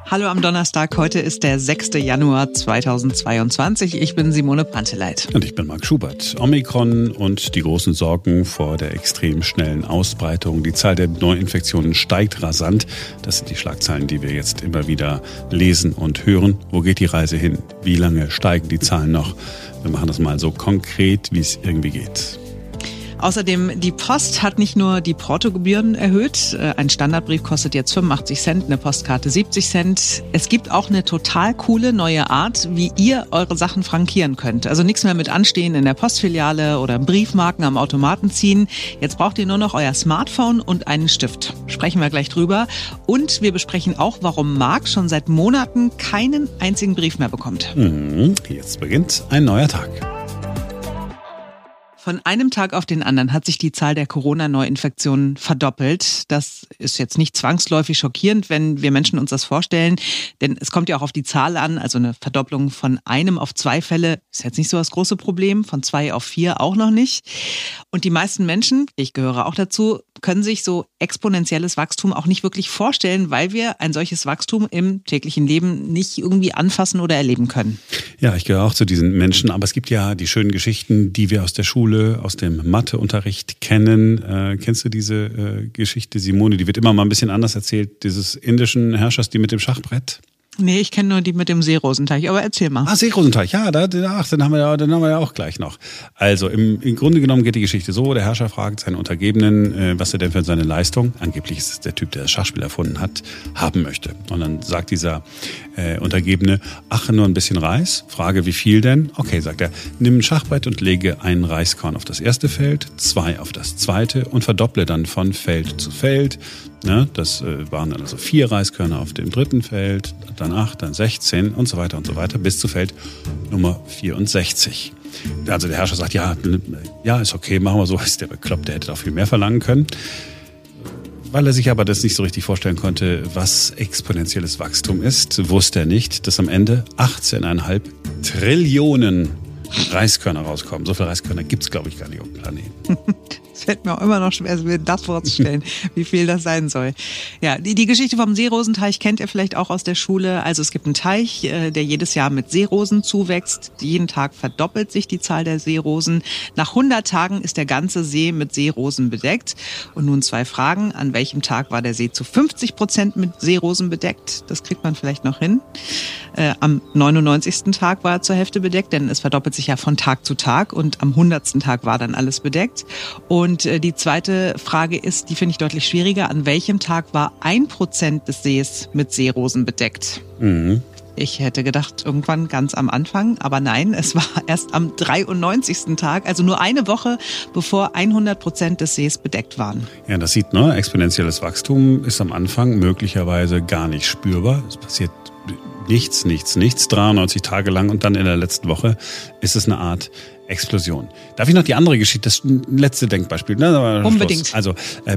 Hallo am Donnerstag, heute ist der 6. Januar 2022. Ich bin Simone Panteleit. Und ich bin Marc Schubert. Omikron und die großen Sorgen vor der extrem schnellen Ausbreitung. Die Zahl der Neuinfektionen steigt rasant. Das sind die Schlagzeilen, die wir jetzt immer wieder lesen und hören. Wo geht die Reise hin? Wie lange steigen die Zahlen noch? Wir machen das mal so konkret, wie es irgendwie geht. Außerdem, die Post hat nicht nur die Portogebühren erhöht. Ein Standardbrief kostet jetzt 85 Cent, eine Postkarte 70 Cent. Es gibt auch eine total coole neue Art, wie ihr eure Sachen frankieren könnt. Also nichts mehr mit Anstehen in der Postfiliale oder Briefmarken am Automaten ziehen. Jetzt braucht ihr nur noch euer Smartphone und einen Stift. Sprechen wir gleich drüber. Und wir besprechen auch, warum Marc schon seit Monaten keinen einzigen Brief mehr bekommt. Jetzt beginnt ein neuer Tag. Von einem Tag auf den anderen hat sich die Zahl der Corona-Neuinfektionen verdoppelt. Das ist jetzt nicht zwangsläufig schockierend, wenn wir Menschen uns das vorstellen. Denn es kommt ja auch auf die Zahl an. Also eine Verdopplung von 1 auf 2 Fälle ist jetzt nicht so das große Problem. Von 2 auf 4 auch noch nicht. Und die meisten Menschen, ich gehöre auch dazu, können sich so exponentielles Wachstum auch nicht wirklich vorstellen, weil wir ein solches Wachstum im täglichen Leben nicht irgendwie anfassen oder erleben können. Ja, ich gehöre auch zu diesen Menschen. Aber es gibt ja die schönen Geschichten, die wir aus der Schule, aus dem Matheunterricht kennen. Kennst du diese Geschichte, Simone? Die wird immer mal ein bisschen anders erzählt. Dieses indischen Herrschers, die mit dem Schachbrett. Nee, ich kenne nur die mit dem Seerosenteich, aber erzähl mal. Seerosenteich, ja, den haben wir ja auch gleich noch. Also im Grunde genommen geht die Geschichte so, der Herrscher fragt seinen Untergebenen, was er denn für seine Leistung, angeblich ist es der Typ, der das Schachspiel erfunden hat, haben möchte. Und dann sagt dieser Untergebene, nur ein bisschen Reis. Frage, wie viel denn? Okay, sagt er, nimm ein Schachbrett und lege ein Reiskorn auf das erste Feld, 2 auf das zweite und verdopple dann von Feld zu Feld. Ne, das waren dann also 4 Reiskörner auf dem dritten Feld, dann 8, dann 16 und so weiter bis zu Feld Nummer 64. Also der Herrscher sagt, ja, ist okay, machen wir so, ist der bekloppt, der hätte auch viel mehr verlangen können. Weil er sich aber das nicht so richtig vorstellen konnte, was exponentielles Wachstum ist, wusste er nicht, dass am Ende 18,5 Trillionen Reiskörner rauskommen. So viele Reiskörner gibt es, glaube ich, gar nicht auf dem Planeten. Es fällt mir auch immer noch schwer, mir das vorzustellen, wie viel das sein soll. Ja, die Geschichte vom Seerosenteich kennt ihr vielleicht auch aus der Schule. Also es gibt einen Teich, der jedes Jahr mit Seerosen zuwächst. Jeden Tag verdoppelt sich die Zahl der Seerosen. Nach 100 Tagen ist der ganze See mit Seerosen bedeckt. Und nun 2 Fragen. An welchem Tag war der See zu 50% mit Seerosen bedeckt? Das kriegt man vielleicht noch hin. Am 99. Tag war er zur Hälfte bedeckt, denn es verdoppelt sich ja von Tag zu Tag. Und am 100. Tag war dann alles bedeckt. Und die zweite Frage ist, die finde ich deutlich schwieriger. An welchem Tag war 1% des Sees mit Seerosen bedeckt? Ich hätte gedacht, irgendwann ganz am Anfang. Aber nein, es war erst am 93. Tag, also nur eine Woche, bevor 100% des Sees bedeckt waren. Ja, das sieht, ne? Exponentielles Wachstum ist am Anfang möglicherweise gar nicht spürbar. Es passiert nichts, 93 Tage lang und dann in der letzten Woche ist es eine Art Explosion. Darf ich noch die andere Geschichte, das letzte Denkbeispiel? Unbedingt. Also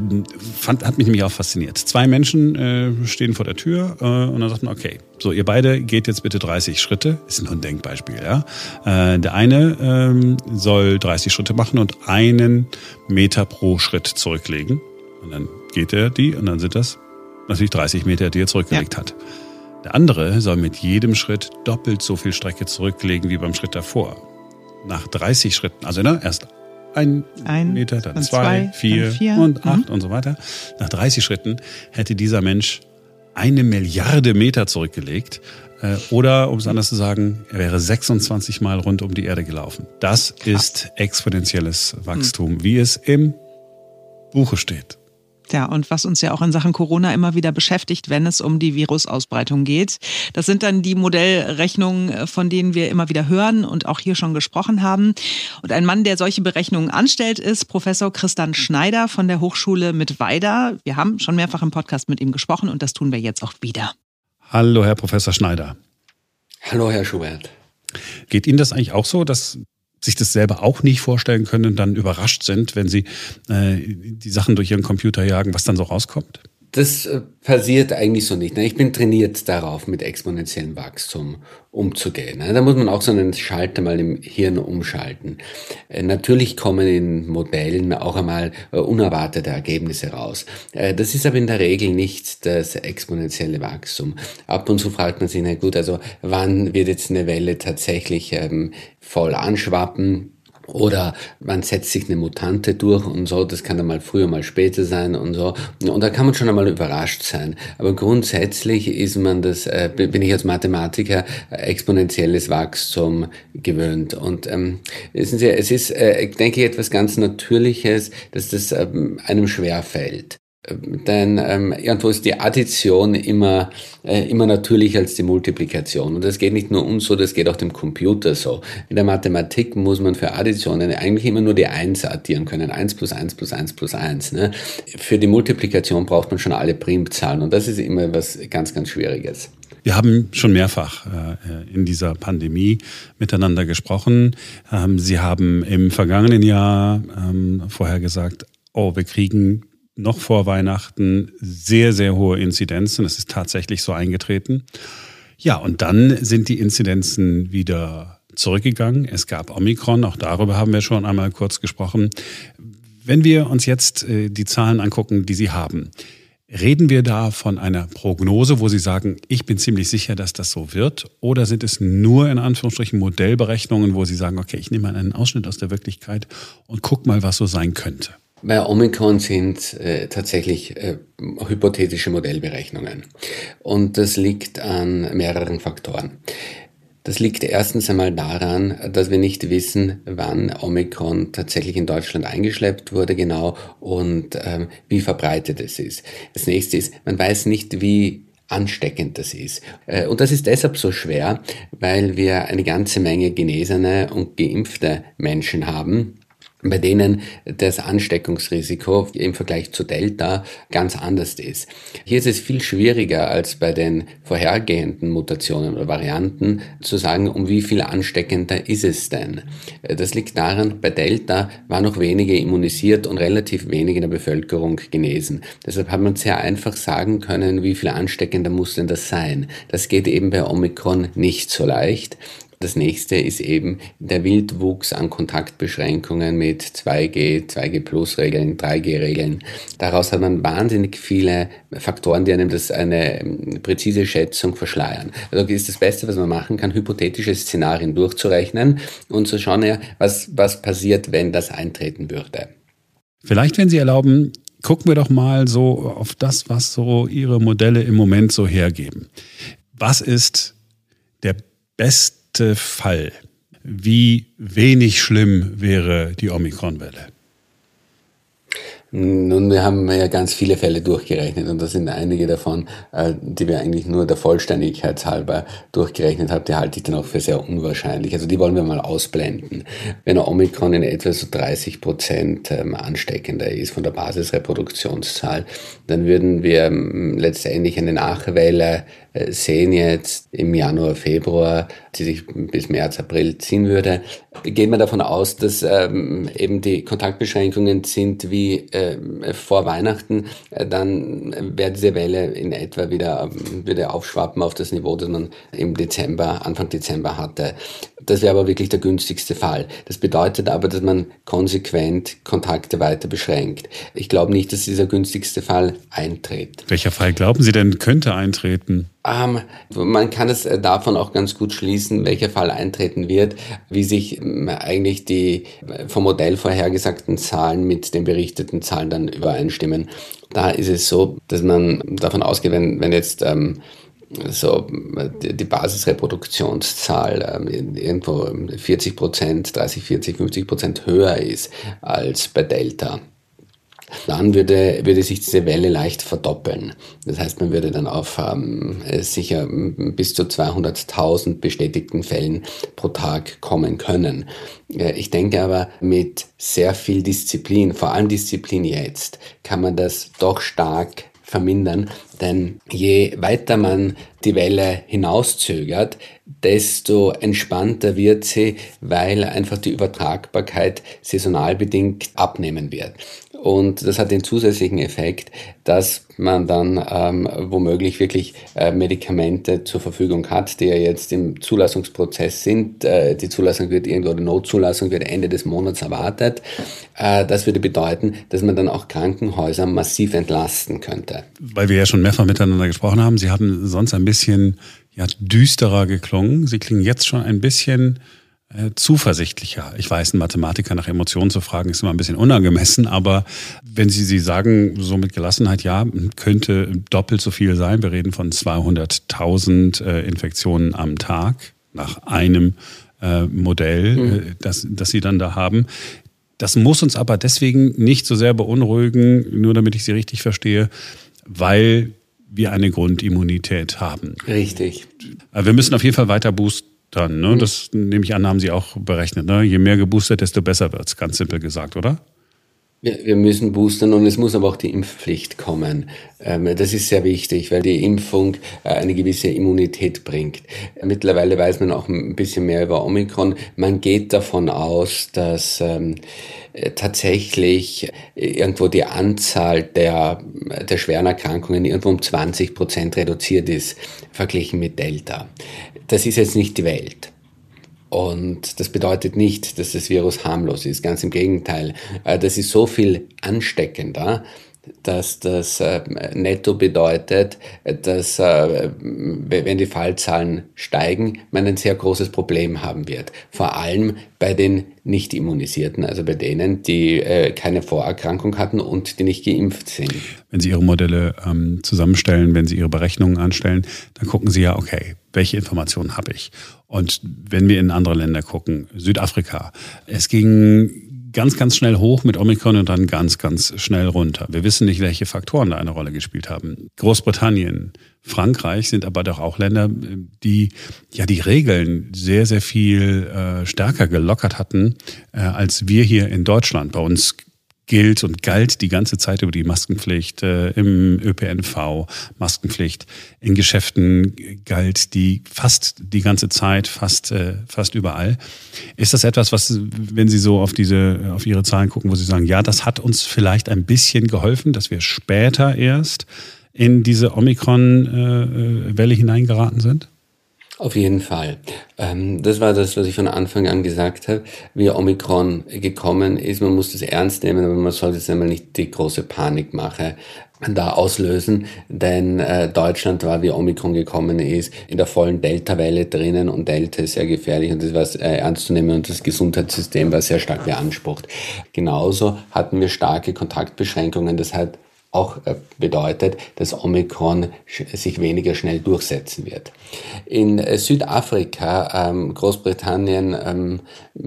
hat mich nämlich auch fasziniert. 2 Menschen stehen vor der Tür und dann sagt man, okay, so ihr beide geht jetzt bitte 30 Schritte. Ist nur ein Denkbeispiel, ja. Der eine soll 30 Schritte machen und 1 Meter pro Schritt zurücklegen. Und dann geht er und dann sind das natürlich 30 Meter, die er zurückgelegt hat. Der andere soll mit jedem Schritt doppelt so viel Strecke zurücklegen wie beim Schritt davor. Nach 30 Schritten, also erst 1 Meter, dann 2, 4 und 8 und so weiter. Nach 30 Schritten hätte dieser Mensch 1 Milliarde Meter zurückgelegt. Oder, um es anders zu sagen, er wäre 26 Mal rund um die Erde gelaufen. Das ist exponentielles Wachstum, wie es im Buche steht. Ja, und was uns ja auch in Sachen Corona immer wieder beschäftigt, wenn es um die Virusausbreitung geht. Das sind dann die Modellrechnungen, von denen wir immer wieder hören und auch hier schon gesprochen haben. Und ein Mann, der solche Berechnungen anstellt, ist Professor Christian Schneider von der Hochschule Mittweida. Wir haben schon mehrfach im Podcast mit ihm gesprochen und das tun wir jetzt auch wieder. Hallo, Herr Professor Schneider. Hallo, Herr Schubert. Geht Ihnen das eigentlich auch so, dass sich das selber auch nicht vorstellen können und dann überrascht sind, wenn Sie die Sachen durch Ihren Computer jagen, was dann so rauskommt? Das passiert eigentlich so nicht. Ich bin trainiert darauf, mit exponentiellem Wachstum umzugehen. Da muss man auch so einen Schalter mal im Hirn umschalten. Natürlich kommen in Modellen auch einmal unerwartete Ergebnisse raus. Das ist aber in der Regel nicht das exponentielle Wachstum. Ab und zu fragt man sich, na gut, also wann wird jetzt eine Welle tatsächlich voll anschwappen? Oder man setzt sich eine Mutante durch und so, das kann dann mal früher, mal später sein und so. Und da kann man schon einmal überrascht sein. Aber grundsätzlich ist man bin ich als Mathematiker, exponentielles Wachstum gewöhnt. Und es ist, denke ich, etwas ganz Natürliches, dass das einem schwer fällt. Denn irgendwo ist die Addition immer natürlicher als die Multiplikation. Und das geht nicht nur uns so, das geht auch dem Computer so. In der Mathematik muss man für Additionen eigentlich immer nur die 1 addieren können. 1 plus 1 plus 1 plus 1. Ne? Für die Multiplikation braucht man schon alle Primzahlen. Und das ist immer was ganz, ganz Schwieriges. Wir haben schon mehrfach in dieser Pandemie miteinander gesprochen. Sie haben im vergangenen Jahr vorhergesagt, wir kriegen noch vor Weihnachten sehr, sehr hohe Inzidenzen. Das ist tatsächlich so eingetreten. Ja, und dann sind die Inzidenzen wieder zurückgegangen. Es gab Omikron, auch darüber haben wir schon einmal kurz gesprochen. Wenn wir uns jetzt die Zahlen angucken, die Sie haben, reden wir da von einer Prognose, wo Sie sagen, ich bin ziemlich sicher, dass das so wird? Oder sind es nur in Anführungsstrichen Modellberechnungen, wo Sie sagen, okay, ich nehme mal einen Ausschnitt aus der Wirklichkeit und guck mal, was so sein könnte? Bei Omikron sind tatsächlich hypothetische Modellberechnungen. Und das liegt an mehreren Faktoren. Das liegt erstens einmal daran, dass wir nicht wissen, wann Omikron tatsächlich in Deutschland eingeschleppt wurde genau und wie verbreitet es ist. Das nächste ist, man weiß nicht, wie ansteckend das ist. Und das ist deshalb so schwer, weil wir eine ganze Menge genesene und geimpfte Menschen haben, bei denen das Ansteckungsrisiko im Vergleich zu Delta ganz anders ist. Hier ist es viel schwieriger als bei den vorhergehenden Mutationen oder Varianten zu sagen, um wie viel ansteckender ist es denn. Das liegt daran, bei Delta waren noch wenige immunisiert und relativ wenig in der Bevölkerung genesen. Deshalb hat man sehr einfach sagen können, wie viel ansteckender muss denn das sein. Das geht eben bei Omikron nicht so leicht. Das nächste ist eben der Wildwuchs an Kontaktbeschränkungen mit 2G, 2G-Plus-Regeln, 3G-Regeln. Daraus hat man wahnsinnig viele Faktoren, die einem das eine präzise Schätzung verschleiern. Also ist das Beste, was man machen kann, hypothetische Szenarien durchzurechnen und zu schauen, was passiert, wenn das eintreten würde. Vielleicht, wenn Sie erlauben, gucken wir doch mal so auf das, was so Ihre Modelle im Moment so hergeben. Was ist der beste Fall? Wie wenig schlimm wäre die Omikron-Welle? Nun, wir haben ja ganz viele Fälle durchgerechnet und das sind einige davon, die wir eigentlich nur der Vollständigkeit halber durchgerechnet haben, die halte ich dann auch für sehr unwahrscheinlich. Also die wollen wir mal ausblenden. Wenn ein Omikron in etwa so 30% ansteckender ist von der Basisreproduktionszahl, dann würden wir letztendlich eine Nachwelle sehen jetzt im Januar, Februar, die sich bis März, April ziehen würde. Gehen wir davon aus, dass eben die Kontaktbeschränkungen sind wie vor Weihnachten, dann wäre diese Welle in etwa würde aufschwappen auf das Niveau, das man im Dezember, Anfang Dezember hatte. Das wäre aber wirklich der günstigste Fall. Das bedeutet aber, dass man konsequent Kontakte weiter beschränkt. Ich glaube nicht, dass dieser günstigste Fall eintritt. Welcher Fall glauben Sie denn könnte eintreten? Man kann es davon auch ganz gut schließen, welcher Fall eintreten wird, wie sich eigentlich die vom Modell vorhergesagten Zahlen mit den berichteten Zahlen dann übereinstimmen. Da ist es so, dass man davon ausgeht, wenn jetzt so die Basisreproduktionszahl irgendwo 40%, 30, 40, 50% höher ist als bei Delta, dann würde sich diese Welle leicht verdoppeln. Das heißt, man würde dann auf sicher bis zu 200.000 bestätigten Fällen pro Tag kommen können. Ich denke aber, mit sehr viel Disziplin, vor allem Disziplin jetzt, kann man das doch stark vermindern, denn je weiter man die Welle hinauszögert, desto entspannter wird sie, weil einfach die Übertragbarkeit saisonal bedingt abnehmen wird. Und das hat den zusätzlichen Effekt, dass man dann womöglich wirklich Medikamente zur Verfügung hat, die ja jetzt im Zulassungsprozess sind. Die Zulassung wird irgendwo, die Notzulassung wird Ende des Monats erwartet. Das würde bedeuten, dass man dann auch Krankenhäuser massiv entlasten könnte. Weil wir ja schon mehrfach miteinander gesprochen haben, Sie haben sonst ein bisschen düsterer geklungen. Sie klingen jetzt schon ein bisschen zuversichtlicher. Ich weiß, einen Mathematiker nach Emotionen zu fragen, ist immer ein bisschen unangemessen, aber wenn Sie sagen, so mit Gelassenheit, ja, könnte doppelt so viel sein. Wir reden von 200.000 Infektionen am Tag nach einem Modell, das Sie dann da haben. Das muss uns aber deswegen nicht so sehr beunruhigen, nur damit ich Sie richtig verstehe, weil wir eine Grundimmunität haben. Richtig. Wir müssen auf jeden Fall weiter boosten. Ne? Das nehme ich an, haben Sie auch berechnet. Ne? Je mehr geboostert, desto besser wird's, ganz simpel gesagt, oder? Wir müssen boostern und es muss aber auch die Impfpflicht kommen. Das ist sehr wichtig, weil die Impfung eine gewisse Immunität bringt. Mittlerweile weiß man auch ein bisschen mehr über Omikron. Man geht davon aus, dass tatsächlich irgendwo die Anzahl der schweren Erkrankungen irgendwo um 20% reduziert ist, verglichen mit Delta. Das ist jetzt nicht die Welt. Und das bedeutet nicht, dass das Virus harmlos ist. Ganz im Gegenteil. Das ist so viel ansteckender, dass das netto bedeutet, dass wenn die Fallzahlen steigen, man ein sehr großes Problem haben wird. Vor allem bei den Nicht-Immunisierten, also bei denen, die keine Vorerkrankung hatten und die nicht geimpft sind. Wenn Sie Ihre Modelle zusammenstellen, wenn Sie Ihre Berechnungen anstellen, dann gucken Sie ja, okay, welche Informationen habe ich? Und wenn wir in andere Länder gucken, Südafrika, es ging ganz, ganz schnell hoch mit Omikron und dann ganz, ganz schnell runter. Wir wissen nicht, welche Faktoren da eine Rolle gespielt haben. Großbritannien, Frankreich sind aber doch auch Länder, die ja die Regeln sehr, sehr viel stärker gelockert hatten als wir hier in Deutschland. Bei uns gilt und galt die ganze Zeit über die Maskenpflicht im ÖPNV, Maskenpflicht in Geschäften galt die fast die ganze Zeit, fast überall. Ist das etwas, was, wenn Sie so auf Ihre Zahlen gucken, wo Sie sagen, ja, das hat uns vielleicht ein bisschen geholfen, dass wir später erst in diese Omikron-Welle hineingeraten sind? Auf jeden Fall. Das war das, was ich von Anfang an gesagt habe. Wie Omikron gekommen ist, man muss das ernst nehmen, aber man sollte jetzt einmal nicht die große Panikmache da auslösen, denn Deutschland war, wie Omikron gekommen ist, in der vollen Delta-Welle drinnen und Delta ist sehr gefährlich und das war ernst zu nehmen und das Gesundheitssystem war sehr stark beansprucht. Genauso hatten wir starke Kontaktbeschränkungen, das hat auch bedeutet, dass Omikron sich weniger schnell durchsetzen wird. In Südafrika, Großbritannien,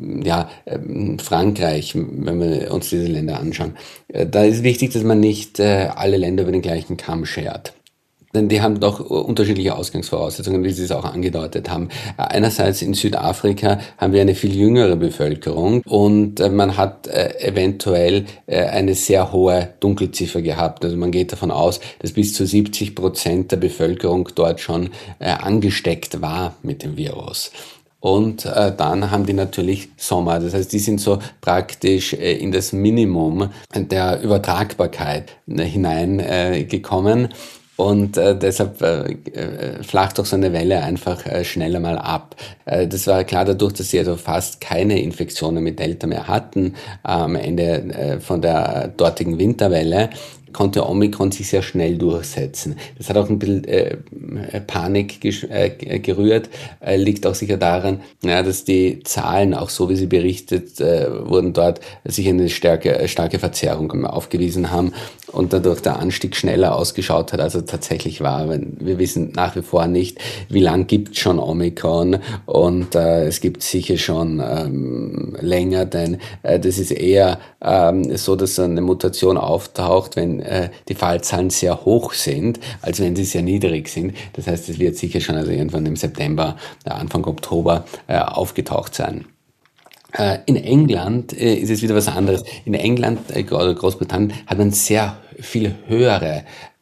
Frankreich, wenn wir uns diese Länder anschauen, da ist wichtig, dass man nicht alle Länder über den gleichen Kamm schert. Denn die haben doch unterschiedliche Ausgangsvoraussetzungen, wie Sie es auch angedeutet haben. Einerseits in Südafrika haben wir eine viel jüngere Bevölkerung und man hat eventuell eine sehr hohe Dunkelziffer gehabt. Also man geht davon aus, dass bis zu 70% der Bevölkerung dort schon angesteckt war mit dem Virus. Und dann haben die natürlich Sommer. Das heißt, die sind so praktisch in das Minimum der Übertragbarkeit hineingekommen. Und deshalb flacht doch so eine Welle einfach schneller mal ab. Das war klar dadurch, dass sie also fast keine Infektionen mit Delta mehr hatten am Ende von der dortigen Winterwelle, konnte Omikron sich sehr schnell durchsetzen. Das hat auch ein bisschen Panik gerührt, liegt auch sicher daran, dass die Zahlen, auch so wie sie berichtet wurden dort, sich eine starke Verzerrung aufgewiesen haben und dadurch der Anstieg schneller ausgeschaut hat, als er tatsächlich war. Wir wissen nach wie vor nicht, wie lang gibt es schon Omikron und es gibt sicher schon länger, denn das ist eher so, dass eine Mutation auftaucht, wenn die Fallzahlen sehr hoch sind, als wenn sie sehr niedrig sind. Das heißt, es wird sicher schon also irgendwann im September, Anfang Oktober aufgetaucht sein. In England ist es wieder was anderes. In England oder Großbritannien hat man sehr viel höhere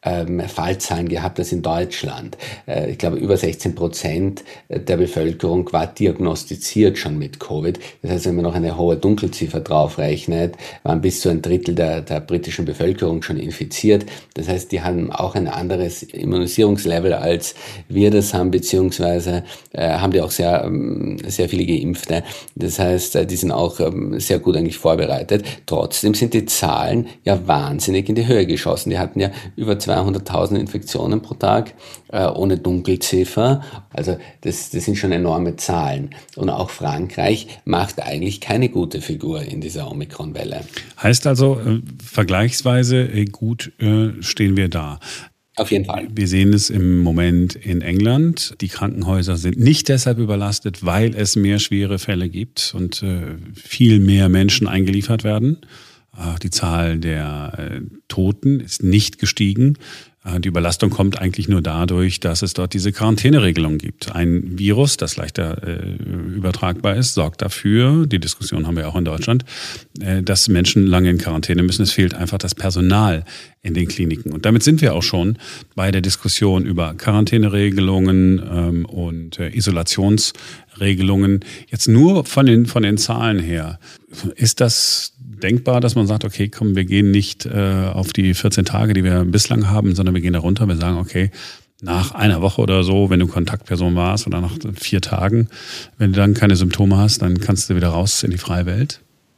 Fallzahlen gehabt als in Deutschland. Ich glaube, über 16% der Bevölkerung war diagnostiziert schon mit Covid. Das heißt, wenn man noch eine hohe Dunkelziffer draufrechnet, waren bis zu ein Drittel der britischen Bevölkerung schon infiziert. Das heißt, die haben auch ein anderes Immunisierungslevel, als wir das haben, beziehungsweise haben die auch sehr viele Geimpfte. Das heißt, die sind auch sehr gut eigentlich vorbereitet. Trotzdem sind die Zahlen ja wahnsinnig in die Höhe geschossen. Die hatten ja über 200.000 Infektionen pro Tag, ohne Dunkelziffer. Also das sind schon enorme Zahlen. Und auch Frankreich macht eigentlich keine gute Figur in dieser Omikron-Welle. Heißt also, vergleichsweise gut stehen wir da. Auf jeden Fall. Wir sehen es im Moment in England. Die Krankenhäuser sind nicht deshalb überlastet, weil es mehr schwere Fälle gibt und viel mehr Menschen eingeliefert werden. Die Zahl der Toten ist nicht gestiegen. Die Überlastung kommt eigentlich nur dadurch, dass es dort diese Quarantäneregelung gibt. Ein Virus, das leichter übertragbar ist, sorgt dafür, die Diskussion haben wir auch in Deutschland, dass Menschen lange in Quarantäne müssen. Es fehlt einfach das Personal in den Kliniken. Und damit sind wir auch schon bei der Diskussion über Quarantäneregelungen und Isolationsregelungen. Jetzt nur von den Zahlen her. Ist das denkbar, dass man sagt, okay, komm, wir gehen nicht auf die 14 Tage, die wir bislang haben, sondern wir gehen da runter, wir sagen, okay, nach einer Woche oder so, wenn du Kontaktperson warst oder nach 4 Tagen, wenn du dann keine Symptome hast, dann kannst du wieder raus in die freie Welt?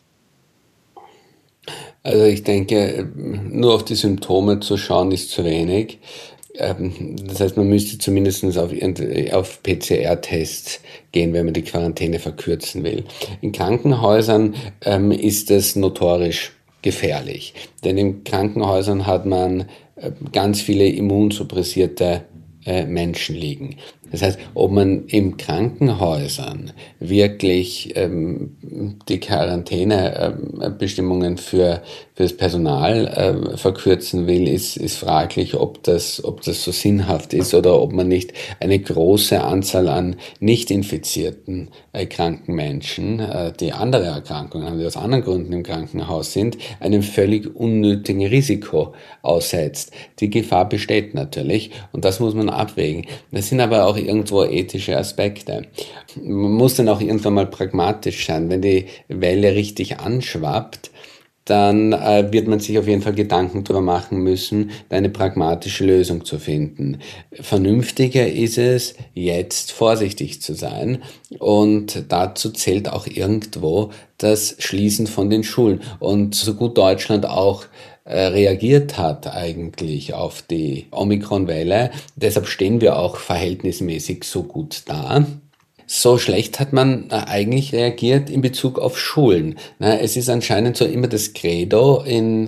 Also ich denke, nur auf die Symptome zu schauen, ist zu wenig. Das heißt, man müsste zumindest auf PCR-Tests gehen, wenn man die Quarantäne verkürzen will. In Krankenhäusern ist es notorisch gefährlich, denn in Krankenhäusern hat man ganz viele immunsuppressierte Menschen liegen. Das heißt, ob man in Krankenhäusern wirklich die Quarantänebestimmungen für das Personal verkürzen will, ist fraglich, ob das so sinnhaft ist oder ob man nicht eine große Anzahl an nicht infizierten kranken Menschen, die andere Erkrankungen haben, die aus anderen Gründen im Krankenhaus sind, einem völlig unnötigen Risiko aussetzt. Die Gefahr besteht natürlich und das muss man abwägen. Das sind aber auch irgendwo ethische Aspekte. Man muss dann auch irgendwann mal pragmatisch sein. Wenn die Welle richtig anschwappt, dann wird man sich auf jeden Fall Gedanken darüber machen müssen, eine pragmatische Lösung zu finden. Vernünftiger ist es, jetzt vorsichtig zu sein und dazu zählt auch irgendwo das Schließen von den Schulen. Und so gut Deutschland auch reagiert hat eigentlich auf die Omikron-Welle, deshalb stehen wir auch verhältnismäßig so gut da. So schlecht hat man eigentlich reagiert in Bezug auf Schulen. Es ist anscheinend so immer das Credo in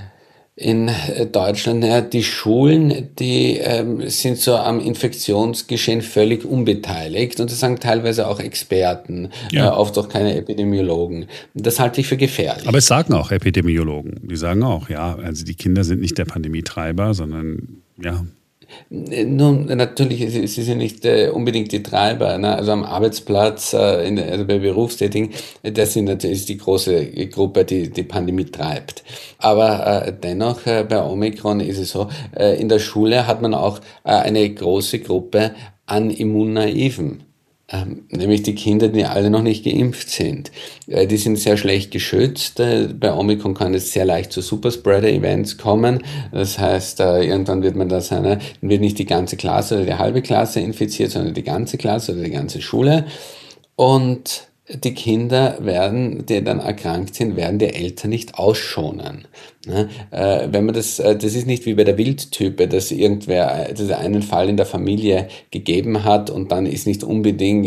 Deutschland, die Schulen, die sind so am Infektionsgeschehen völlig unbeteiligt und das sagen teilweise auch Experten, oft auch keine Epidemiologen. Das halte ich für gefährlich. Aber es sagen auch Epidemiologen, die sagen auch, ja, also die Kinder sind nicht der Pandemietreiber, sondern ja. Nun, natürlich, sie sind nicht unbedingt die Treiber. Ne? Also am Arbeitsplatz, also bei Berufstätigen, das sind natürlich die große Gruppe, die Pandemie treibt. Aber dennoch, bei Omikron ist es so, in der Schule hat man auch eine große Gruppe an Immunnaiven. Nämlich die Kinder, die alle noch nicht geimpft sind. Die sind sehr schlecht geschützt. Bei Omikron kann es sehr leicht zu Superspreader-Events kommen. Das heißt, irgendwann wird man wird nicht die ganze Klasse oder die halbe Klasse infiziert, sondern die ganze Klasse oder die ganze Schule. Und die Kinder die dann erkrankt sind, werden die Eltern nicht ausschonen. Wenn man das ist nicht wie bei der Wildtype, dass irgendwer einen Fall in der Familie gegeben hat und dann ist nicht unbedingt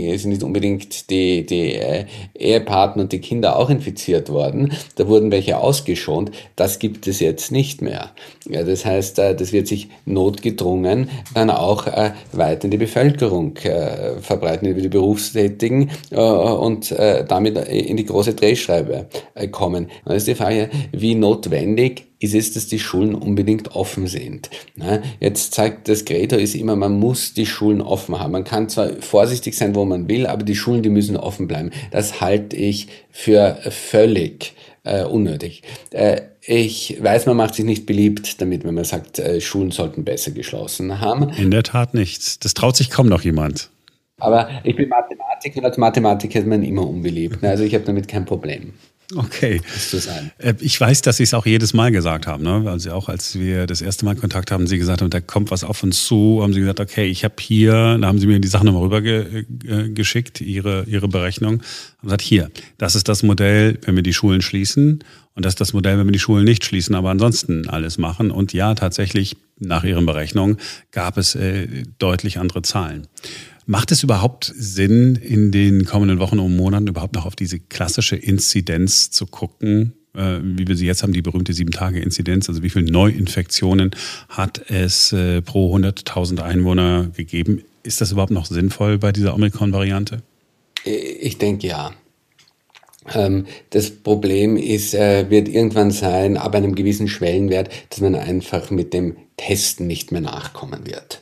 die Ehepartner und die Kinder auch infiziert worden. Da wurden welche ausgeschont. Das gibt es jetzt nicht mehr. Ja, das heißt, das wird sich notgedrungen dann auch weiter in die Bevölkerung verbreiten, über die Berufstätigen und damit in die große Drehscheibe kommen. Dann ist die Frage, wie notwendig ist es, dass die Schulen unbedingt offen sind. Jetzt zeigt das Credo ist immer, man muss die Schulen offen haben. Man kann zwar vorsichtig sein, wo man will, aber die Schulen, die müssen offen bleiben. Das halte ich für völlig unnötig. Ich weiß, man macht sich nicht beliebt damit, wenn man sagt, Schulen sollten besser geschlossen haben. In der Tat nicht. Das traut sich kaum noch jemand. Aber ich bin Mathematiker und als Mathematiker ist man immer unbeliebt. Also ich habe damit kein Problem. Okay. Das zu sein. Ich weiß, dass Sie es auch jedes Mal gesagt haben. Ne? Also auch als wir das erste Mal Kontakt haben, Sie gesagt haben, da kommt was auf uns zu, haben Sie gesagt, okay, ich habe hier, da haben Sie mir die Sachen nochmal rüber geschickt, Ihre Berechnung, haben gesagt, hier, das ist das Modell, wenn wir die Schulen schließen und das ist das Modell, wenn wir die Schulen nicht schließen, aber ansonsten alles machen. Und ja, tatsächlich, nach Ihren Berechnungen gab es deutlich andere Zahlen. Macht es überhaupt Sinn, in den kommenden Wochen und Monaten überhaupt noch auf diese klassische Inzidenz zu gucken, wie wir sie jetzt haben, die berühmte 7-Tage-Inzidenz, also wie viele Neuinfektionen hat es pro 100.000 Einwohner gegeben? Ist das überhaupt noch sinnvoll bei dieser Omikron-Variante? Ich denke ja. Das Problem ist, wird irgendwann sein, ab einem gewissen Schwellenwert, dass man einfach mit dem Testen nicht mehr nachkommen wird.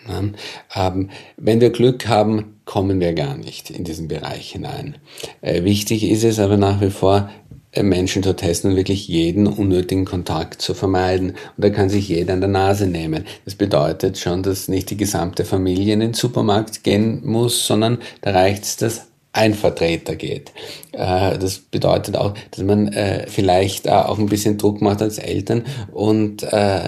Wenn wir Glück haben, kommen wir gar nicht in diesen Bereich hinein. Wichtig ist es aber nach wie vor, Menschen zu testen und wirklich jeden unnötigen Kontakt zu vermeiden. Und da kann sich jeder an der Nase nehmen. Das bedeutet schon, dass nicht die gesamte Familie in den Supermarkt gehen muss, sondern da reicht es, dass ein Vertreter geht. Das bedeutet auch, dass man vielleicht auch ein bisschen Druck macht als Eltern und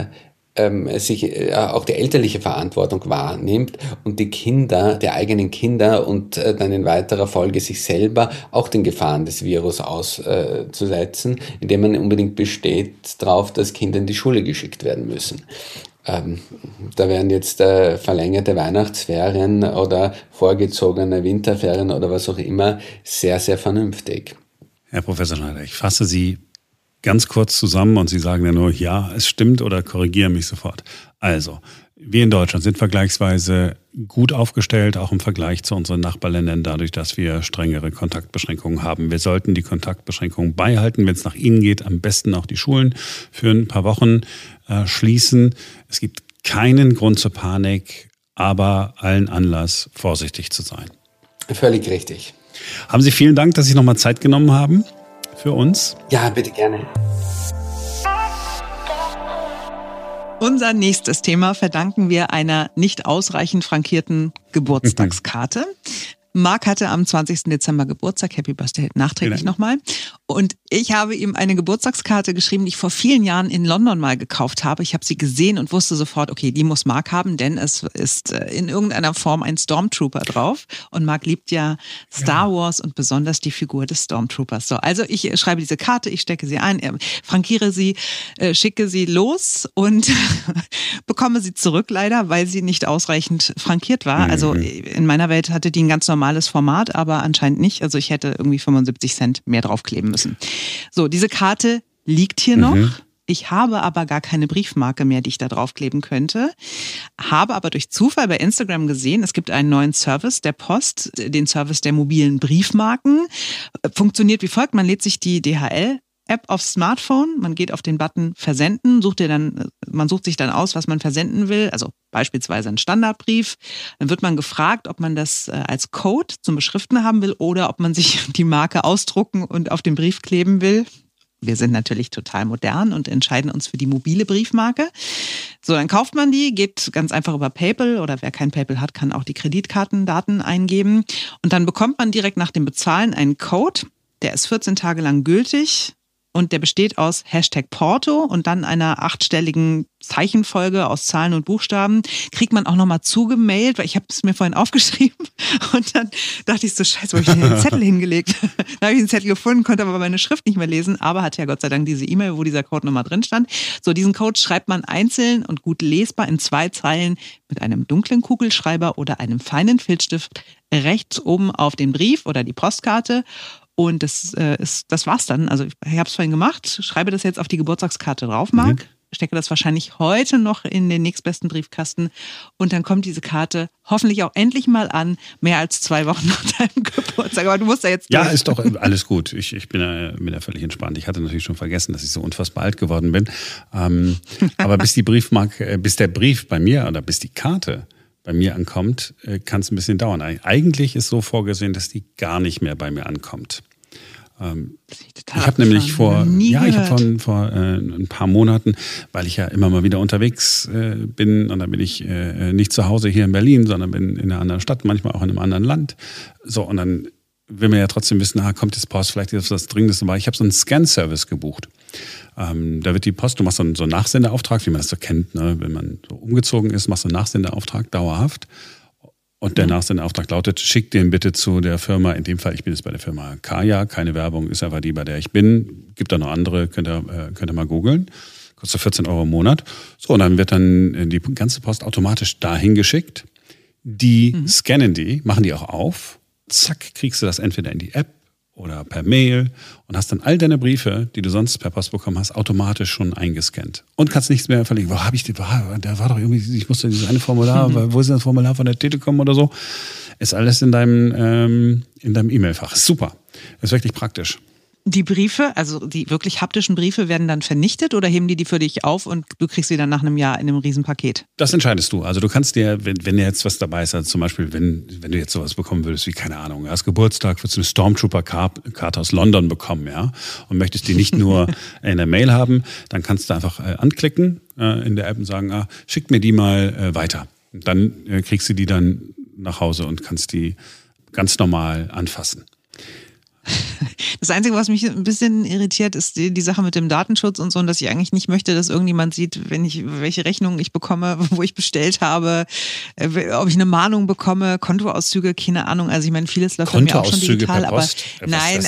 sich auch die elterliche Verantwortung wahrnimmt und die Kinder, die eigenen Kinder und dann in weiterer Folge sich selber auch den Gefahren des Virus auszusetzen, indem man unbedingt besteht darauf, dass Kinder in die Schule geschickt werden müssen. Da wären jetzt verlängerte Weihnachtsferien oder vorgezogene Winterferien oder was auch immer sehr, sehr vernünftig. Herr Professor Schneider, ich fasse Sie ganz kurz zusammen und Sie sagen ja nur, ja, es stimmt oder korrigieren mich sofort. Also, wir in Deutschland sind vergleichsweise gut aufgestellt, auch im Vergleich zu unseren Nachbarländern, dadurch, dass wir strengere Kontaktbeschränkungen haben. Wir sollten die Kontaktbeschränkungen beibehalten, wenn es nach Ihnen geht, am besten auch die Schulen für ein paar Wochen schließen. Es gibt keinen Grund zur Panik, aber allen Anlass, vorsichtig zu sein. Völlig richtig. Haben Sie vielen Dank, dass Sie nochmal Zeit genommen haben für uns. Ja, bitte gerne. Unser nächstes Thema verdanken wir einer nicht ausreichend frankierten Geburtstagskarte. Marc hatte am 20. Dezember Geburtstag. Happy Birthday nachträglich nochmal. Und ich habe ihm eine Geburtstagskarte geschrieben, die ich vor vielen Jahren in London mal gekauft habe. Ich habe sie gesehen und wusste sofort, okay, die muss Marc haben, denn es ist in irgendeiner Form ein Stormtrooper drauf. Und Marc liebt ja Star Wars und besonders die Figur des Stormtroopers. So, also ich schreibe diese Karte, ich stecke sie ein, frankiere sie, schicke sie los und bekomme sie zurück leider, weil sie nicht ausreichend frankiert war. Also in meiner Welt hatte die ein ganz normales Format, aber anscheinend nicht. Also ich hätte irgendwie 75 Cent mehr draufkleben müssen. So, diese Karte liegt hier noch. Ich habe aber gar keine Briefmarke mehr, die ich da draufkleben könnte. Habe aber durch Zufall bei Instagram gesehen, es gibt einen neuen Service der Post, den Service der mobilen Briefmarken. Funktioniert wie folgt: Man lädt sich die DHL-App aufs Smartphone, man geht auf den Button Versenden, man sucht sich dann aus, was man versenden will, also beispielsweise einen Standardbrief. Dann wird man gefragt, ob man das als Code zum Beschriften haben will oder ob man sich die Marke ausdrucken und auf den Brief kleben will. Wir sind natürlich total modern und entscheiden uns für die mobile Briefmarke. So, dann kauft man die, geht ganz einfach über PayPal oder wer kein PayPal hat, kann auch die Kreditkartendaten eingeben. Und dann bekommt man direkt nach dem Bezahlen einen Code, der ist 14 Tage lang gültig. Und der besteht aus #Porto und dann einer 8-stelligen Zeichenfolge aus Zahlen und Buchstaben. Kriegt man auch nochmal zugemailt, weil ich habe es mir vorhin aufgeschrieben. Und dann dachte ich so, scheiße, wo habe ich denn den Zettel hingelegt? Dann habe ich den Zettel gefunden, konnte aber meine Schrift nicht mehr lesen. Aber hatte ja Gott sei Dank diese E-Mail, wo dieser Code nochmal drin stand. So, diesen Code schreibt man einzeln und gut lesbar in 2 Zeilen mit einem dunklen Kugelschreiber oder einem feinen Filzstift rechts oben auf den Brief oder die Postkarte. Und das war's dann. Also ich habe es vorhin gemacht, schreibe das jetzt auf die Geburtstagskarte drauf, Marc. Stecke das wahrscheinlich heute noch in den nächstbesten Briefkasten. Und dann kommt diese Karte hoffentlich auch endlich mal an, mehr als 2 Wochen nach deinem Geburtstag. Aber du musst da jetzt durch. Ja, ist doch alles gut. Ich bin da völlig entspannt. Ich hatte natürlich schon vergessen, dass ich so unfassbar alt geworden bin. Aber bis der Brief bei mir oder bis die Karte bei mir ankommt, kann es ein bisschen dauern. Eigentlich ist so vorgesehen, dass die gar nicht mehr bei mir ankommt. Ich habe nämlich vor ein paar Monaten, weil ich ja immer mal wieder unterwegs bin und dann bin ich nicht zu Hause hier in Berlin, sondern bin in einer anderen Stadt, manchmal auch in einem anderen Land. So, und dann will man ja trotzdem wissen, kommt jetzt Post, vielleicht ist das Dringendes dabei. Ich habe so einen Scan-Service gebucht. Da wird die Post, du machst so einen Nachsendeauftrag, wie man das so kennt, ne? Wenn man so umgezogen ist, machst du einen Nachsendeauftrag dauerhaft. Und der Nachsendeauftrag lautet, schick den bitte zu der Firma, in dem Fall, ich bin jetzt bei der Firma Kaya, keine Werbung, ist einfach die, bei der ich bin. Gibt da noch andere, könnt ihr mal googeln. Kostet 14 € im Monat. So, und dann wird dann die ganze Post automatisch dahin geschickt. Die scannen die, machen die auch auf. Zack, kriegst du das entweder in die App oder per Mail und hast dann all deine Briefe, die du sonst per Post bekommen hast, automatisch schon eingescannt. Und kannst nichts mehr verlegen. Wo habe ich die? Da war doch irgendwie, ich musste dieses eine Formular, wo ist das Formular von der Telekom oder so? Ist alles in deinem E-Mail-Fach. Super. Ist wirklich praktisch. Die Briefe, also die wirklich haptischen Briefe, werden dann vernichtet oder heben die für dich auf und du kriegst sie dann nach einem Jahr in einem Riesenpaket? Das entscheidest du. Also du kannst dir, wenn jetzt was dabei ist, also zum Beispiel, wenn du jetzt sowas bekommen würdest wie, keine Ahnung, hast Geburtstag, würdest du eine Stormtrooper-Karte aus London bekommen, ja, und möchtest die nicht nur in der Mail haben, dann kannst du einfach anklicken in der App und sagen, schick mir die mal weiter. Und dann kriegst du die dann nach Hause und kannst die ganz normal anfassen. Das Einzige, was mich ein bisschen irritiert, ist die Sache mit dem Datenschutz und so, und dass ich eigentlich nicht möchte, dass irgendjemand sieht, welche Rechnungen ich bekomme, wo ich bestellt habe, ob ich eine Mahnung bekomme, Kontoauszüge, keine Ahnung. Also ich meine, vieles läuft bei mir auch schon digital, aber nein,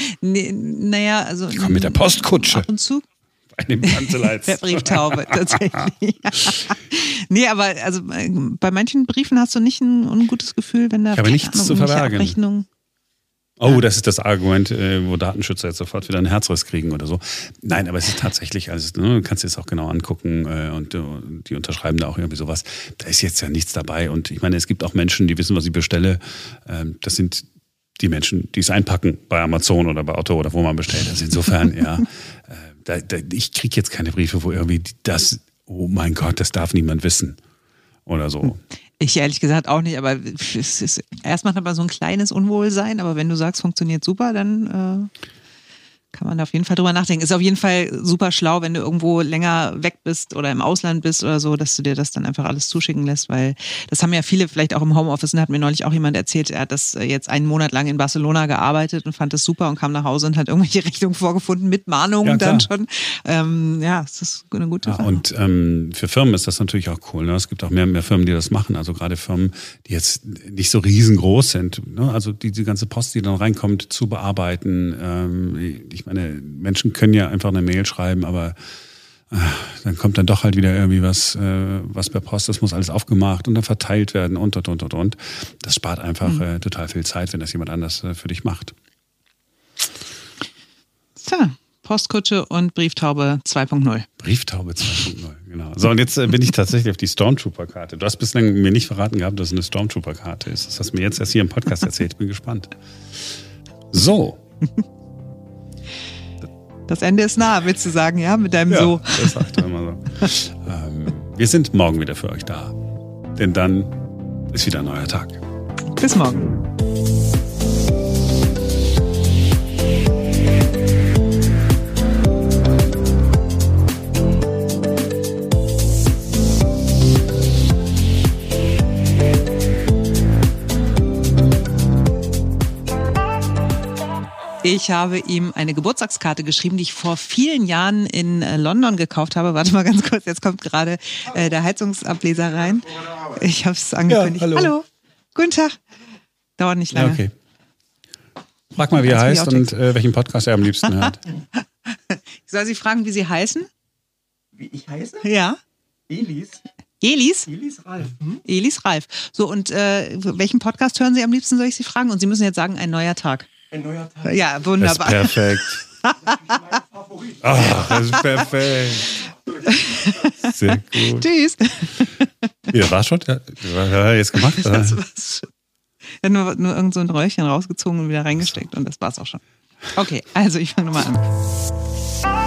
naja, also ich komme mit der Postkutsche. Ab und zu. Bei dem Kanzleis. Der Brieftaube, tatsächlich. Nee, aber also bei manchen Briefen hast du nicht ein gutes Gefühl, wenn da ich habe nichts zu verbergen. Abrechnung. Oh, das ist das Argument, wo Datenschützer jetzt sofort wieder einen Herzriss kriegen oder so. Nein, aber es ist tatsächlich, also du kannst dir das auch genau angucken und die unterschreiben da auch irgendwie sowas. Da ist jetzt ja nichts dabei und ich meine, es gibt auch Menschen, die wissen, was ich bestelle. Das sind die Menschen, die es einpacken bei Amazon oder bei Otto oder wo man bestellt. Also insofern, ja, ich kriege jetzt keine Briefe, wo irgendwie oh mein Gott, das darf niemand wissen oder so. Ich ehrlich gesagt auch nicht, aber erstmal hat man so ein kleines Unwohlsein, aber wenn du sagst, funktioniert super, dann kann man da auf jeden Fall drüber nachdenken. Ist auf jeden Fall super schlau, wenn du irgendwo länger weg bist oder im Ausland bist oder so, dass du dir das dann einfach alles zuschicken lässt, weil das haben ja viele vielleicht auch im Homeoffice, und hat mir neulich auch jemand erzählt, er hat das jetzt einen Monat lang in Barcelona gearbeitet und fand das super und kam nach Hause und hat irgendwelche Rechnungen vorgefunden mit Mahnungen dann schon. Es ist eine gute Sache. Und für Firmen ist das natürlich auch cool. Ne? Es gibt auch mehr und mehr Firmen, die das machen. Also gerade Firmen, die jetzt nicht so riesengroß sind. Ne? Also die ganze Post, die dann reinkommt, zu bearbeiten. Ich meine, Menschen können ja einfach eine Mail schreiben, aber dann kommt dann doch halt wieder irgendwie was per Post, das muss alles aufgemacht und dann verteilt werden und. Das spart einfach total viel Zeit, wenn das jemand anders für dich macht. So, Postkutsche und Brieftaube 2.0. Brieftaube 2.0, genau. So, und jetzt bin ich tatsächlich auf die Stormtrooper-Karte. Du hast bislang mir nicht verraten gehabt, dass es eine Stormtrooper-Karte ist. Das hast du mir jetzt erst hier im Podcast erzählt. Ich bin gespannt. So. Das Ende ist nah, willst du sagen, ja, mit deinem So. Das sagt er immer so. Wir sind morgen wieder für euch da. Denn dann ist wieder ein neuer Tag. Bis morgen. Ich habe ihm eine Geburtstagskarte geschrieben, die ich vor vielen Jahren in London gekauft habe. Warte mal ganz kurz, jetzt kommt gerade der Heizungsableser rein. Ich habe es angekündigt. Ja, hallo, guten Tag. Dauert nicht lange. Ja, okay. Frag mal, wie er heißt und welchen Podcast er am liebsten hört. Ich soll Sie fragen, wie Sie heißen? Wie ich heiße? Ja. Elis. Elis? Elis Ralf. Elis Ralf. So, und welchen Podcast hören Sie am liebsten, soll ich Sie fragen? Und Sie müssen jetzt sagen, ein neuer Tag. Ein neuer Tag. Ja, wunderbar. Das ist perfekt. Das ist mein Favorit. Ach, das ist perfekt. Sehr gut. Tschüss. Ja, war schon? Ja, was hat er jetzt gemacht? Das war's schon. Er hat nur irgend so ein Röllchen rausgezogen und wieder reingesteckt und das war's auch schon. Okay, also ich fange nochmal an.